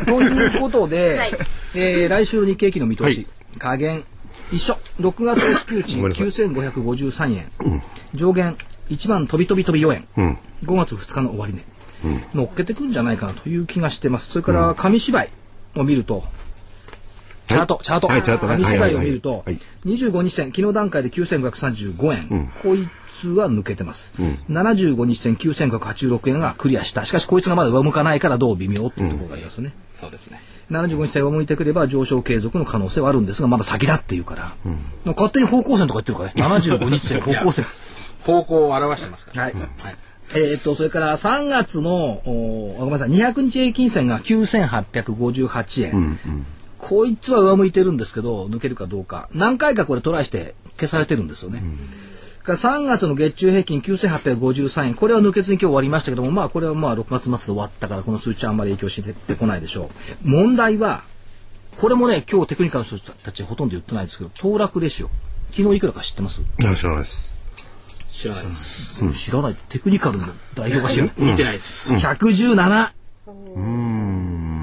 ということで、はい、えー、来週の日経期の見通し、はい、下限一緒。ろくがつ S q 値きゅうせんごひゃくごじゅうさんえん、うん、上限いちまん飛び飛び飛びよえん、うん、ごがつふつかの終値、うん、乗っけてくんじゃないかなという気がしてます。それから紙芝居を見ると、チャート、チャート、はい、紙芝居を見ると、にじゅうごにち線、昨日段階できゅうせんごひゃくさんじゅうごえん、うん、こいつは抜けてます。うん、ななじゅうごにち線きゅうせんごひゃくはちじゅうろくえんがクリアした。しかしこいつがまだ上向かないからどう微妙っていうところがありますね。 うん、そうですね。 ななじゅうごにち線上向いてくれば上昇継続の可能性はあるんですが、まだ先だっていうから、うん、勝手に方向線とか言ってるからね。ななじゅうごにち線方向線。 方向を表してますから。 はい。うん、はい、えー、っとそれからさんがつのおごめんなさいにひゃくにち平均線がきゅうせんはっぴゃくごじゅうはちえん。うんうん、こいつは上向いてるんですけど抜けるかどうか。何回かこれトライして消されてるんですよね。うん、さんがつの月中平均きゅうせんはっぴゃくごじゅうさんえん、これは抜けずに今日終わりましたけども、まあこれはまあろくがつ末で終わったからこの数値はあんまり影響してこないでしょう。問題はこれもね今日テクニカルの人たちほとんど言ってないですけど、騰落レシオ昨日いくらか知ってます？ いや知らないです。 知らないです。 うん、知らないテクニカルの代表が知る？ 見てないです。 ひゃくじゅうなな。 うん。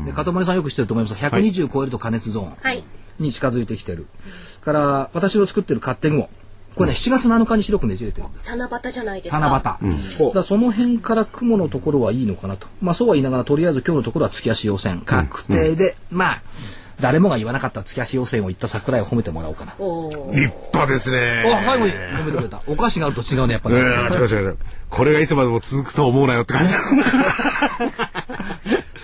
で片森さんよく知ってると思いますがひゃくにじゅう超えると加熱ゾーンに近づいてきてる。から私の作ってる勝手雲。これね、しちがつなのかに白くねじれてるんです。 七夕じゃないですか。 七夕。うん、だその辺から雲のところはいいのかなと。まあそうは言いながらとりあえず今日のところは月足要線確定で、うん、まあ誰もが言わなかった月足要線を言った桜井を褒めてもらおうかな。 立派ですね。 あ、最後に褒めてくれた。お菓子があると違うねやっぱり、ね。 違う違う違う。これがいつまでも続くと思うなよって感じ。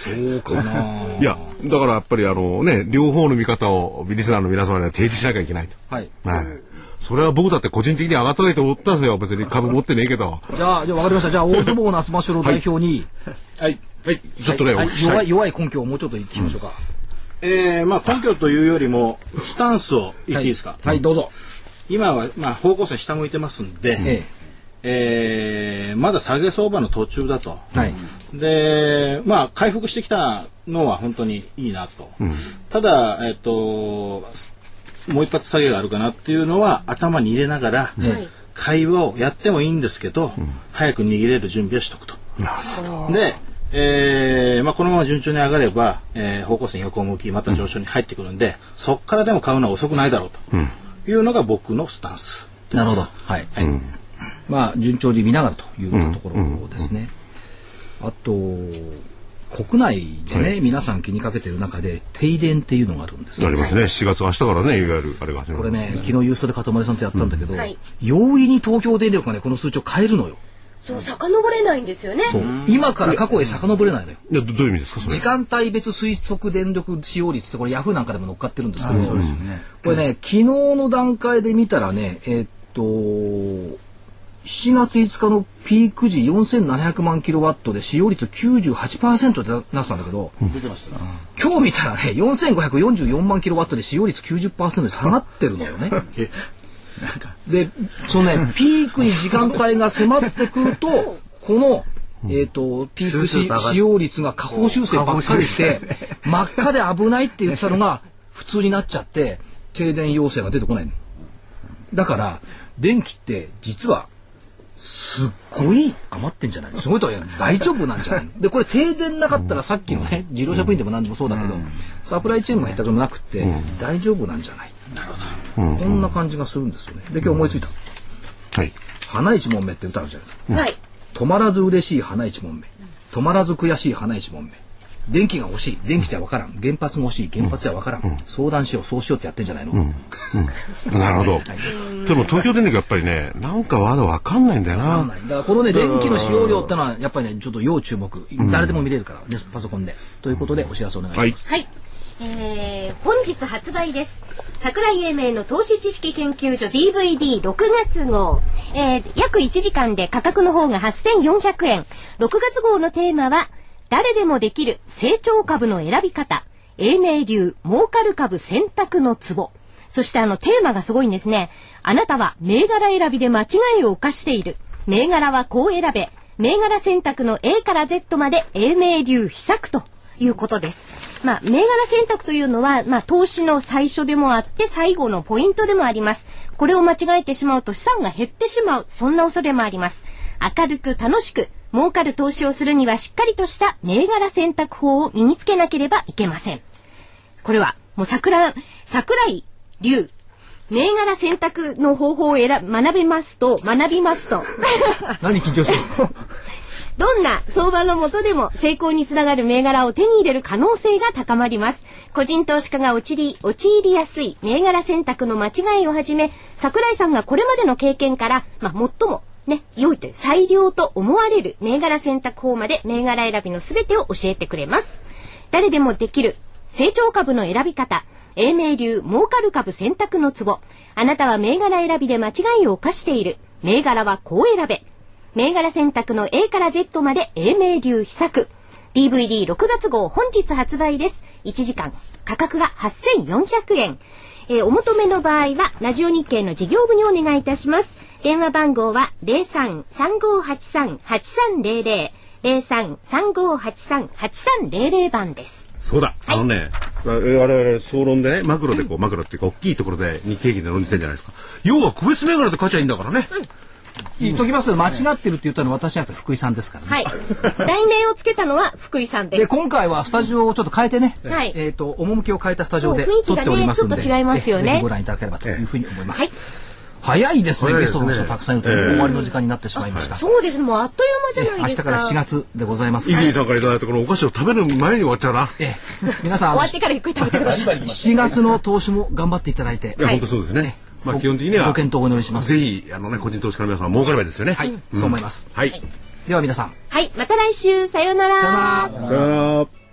そうかな。 いや、だからやっぱりあのね、両方の見方をリスナーの皆様には提示しなきゃいけないと。 はい。 はい。それは僕だって個人的に上がったらいいと思ったんですよ。別に株持ってねえけど。 じゃあ、じゃあ分かりました。じゃあ、大相撲夏場所の代表に、 はい。 はい。ちょっとね、 はい、弱い、弱い根拠をもうちょっと聞きましょうか。 うん、えー、まあ根拠というよりも、スタンスを言っていいですか。 はい、はい、どうぞ。 今は、まあ方向性下向いてますんで、えええー、まだ下げ相場の途中だと。はい。で、まあ回復してきたのは本当にいいなと。うん、ただ、えっと、もう一発下げがあるかなっていうのは頭に入れながら、はい、買いをやってもいいんですけど、うん、早く握れる準備をしとくと。で、えーまあ、このまま順調に上がれば、えー、方向線横向きまた上昇に入ってくるんで、うん、そこからでも買うのは遅くないだろうというのが僕のスタンスです。 なるほど。はい。はい、うん、まあ順調に見ながらというところですね。あと国内でね、はい、皆さん気にかけている中で停電っていうのがあるんですよ。 ありますね。しがつ明日からね、いわゆるあれが始まる。 これね、昨日ユーストで片丸さんとやったんだけど、うんはい、容易に東京電力がねこの数値を変えるのよ。 そう、遡れないんですよね。そう、 今から過去へ遡れないのよ。 いや、どういう意味ですかそれ。 時間帯別推測電力使用率ってこれヤフーなんかでも乗っかってるんですけど、うん、これね、昨日の段階で見たらね、えー、っとしちがついつかのピーク時よんせんななひゃくまんキロワットで使用率 きゅうじゅうはちパーセント でなってたんだけど、うん、今日見たらねよんせんごひゃくよんじゅうよんまんキロワットで使用率 きゅうじゅっパーセント で下がってるのよね。で、そのねピークに時間帯が迫ってくるとこの、えー、とピークし使用率が下方修正ばっかりして真っ赤で危ないって言ってたのが普通になっちゃって停電要請が出てこないの。だから電気って実はすっごい余ってんじゃないの。すごいとは言うの。大丈夫なんじゃないの。でこれ停電なかったらさっきのね自動車部品でも何でもそうだけど、うん、サプライチェーンも下手くもなくて、うん、大丈夫なんじゃない。なるほど、うん、こんな感じがするんですよね。で今日思いついた、うん、はい、花一問目って歌あるじゃないですか、はい、止まらず嬉しい花一問目、止まらず悔しい花一問目、電気が欲しい、電気じゃ分からん、原発が欲しい、原発じゃ分からん、うん、相談しよう、そうしようってやってんじゃないの、うんうん、なるほど、はい、でも東京電力やっぱりねなんかまだ分かんないんだよな。 分かんない。だからこのね電気の使用量ってのはやっぱりねちょっと要注目、誰でも見れるから、ね、パソコンでということでお知らせお願いします。 はい、はい、えー、本日発売です。桜井英明の投資知識研究所 ディーブイディーろくがつ号、えー、約いちじかんで価格の方がはっせんよんひゃくえん。ろくがつ号のテーマは誰でもできる成長株の選び方、英明流儲かる株選択のツボ。そしてあのテーマがすごいんですね。あなたは銘柄選びで間違いを犯している。銘柄はこう選べ。銘柄選択の A から Z まで英明流秘策ということです。まあ、銘柄選択というのは、まあ、投資の最初でもあって最後のポイントでもあります。これを間違えてしまうと資産が減ってしまう、そんな恐れもあります。明るく楽しく儲かる投資をするにはしっかりとした銘柄選択法を身につけなければいけません。これはもう桜桜井流銘柄選択の方法を選学べますと学びますと何緊張してるんですか。 どんな相場の下でも成功につながる銘柄を手に入れる可能性が高まります。個人投資家が陥り、陥りやすい銘柄選択の間違いをはじめ、桜井さんがこれまでの経験から、まあ、最もね、良いという最良と思われる銘柄選択法まで銘柄選びのすべてを教えてくれます。誰でもできる成長株の選び方、英明流儲かる株選択のツボ。あなたは銘柄選びで間違いを犯している。銘柄はこう選べ。銘柄選択の A から Z まで英明流秘策。 ディーブイディーろくがつ号本日発売です。いちじかん価格がはっせんよんひゃくえん、えー、お求めの場合はラジオ日経の事業部にお願いいたします。電話番号は ゼロさん さんごはちさん はちさんゼロゼロ ゼロさん さんごはちさん はちさんゼロゼロ番です。 そうだ、はい、あのね我々総論でねマクロでこうマクロっていうか大きいところで日経平均で論じてるんじゃないですか。要は個別銘柄で買っちゃいいんだからね、うん、 言っときますけど間違ってるって言ったのは私じゃなくて福井さんですからね。 はい。題名をつけたのは福井さんです。 で今回はスタジオをちょっと変えてね、はい、えっ、ー、と趣を変えたスタジオで撮っておりますので、 雰囲気がねちょっと違いますよね。 ぜひご覧いただければというふうに思います。はい。早いですね。ゲストの人たくさんいると終わりの時間になってしまいました。 そうですね。もうあっという間じゃないですか。 明日からしがつでございます。 泉さんからいただいたこのお菓子を食べる前に終わっちゃうな。 ええ、皆さん終わってからゆっくり食べてください。 しがつの投資も頑張っていただいて。 いや本当そうですね。まあ基本的にはご検討をお祈りします。 ぜひあのね個人投資家の皆さん儲かればいいですよね。 はい、そう思います。 はい。 では皆さん。 はい、また来週さようなら。 さようなら。 さようなら。